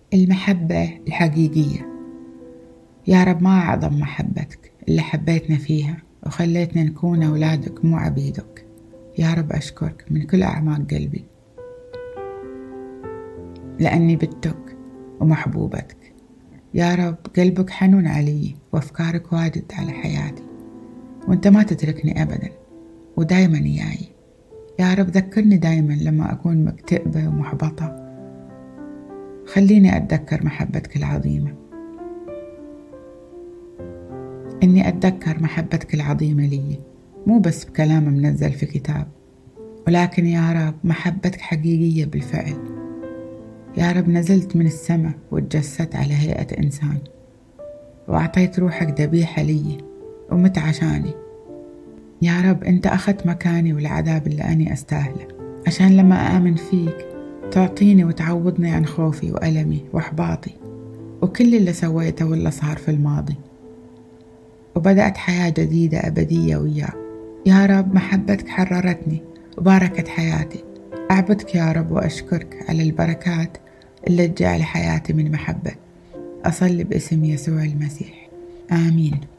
المحبة الحقيقية. يا رب ما أعظم محبتك اللي حبيتنا فيها وخليتنا نكون أولادك مو عبيدك. يا رب أشكرك من كل أعماق قلبي لأني بنتك ومحبوبتك. يا رب قلبك حنون علي وأفكارك واجد على حياتي، وأنت ما تتركني أبدا ودايما إياي. يا رب ذكرني دايما لما أكون مكتئبة ومحبطة، خليني أتذكر محبتك العظيمة، إني أتذكر محبتك العظيمة لي مو بس بكلام منزل في كتاب، ولكن يا رب محبتك حقيقية بالفعل. يا رب نزلت من السماء وتجسدت على هيئة إنسان وأعطيت روحك ذبيحة لي ومت عشاني. يا رب أنت أخذت مكاني والعذاب اللي أنا أستاهله عشان لما آمن فيك تعطيني وتعوضني عن خوفي وألمي وإحباطي وكل اللي سويته واللي صار في الماضي، وبدأت حياة جديدة أبدية وياك. يا رب محبتك حررتني وباركت حياتي. أعبدك يا رب وأشكرك على البركات اللي تجعل حياتي من محبة. أصلي باسم يسوع المسيح، آمين.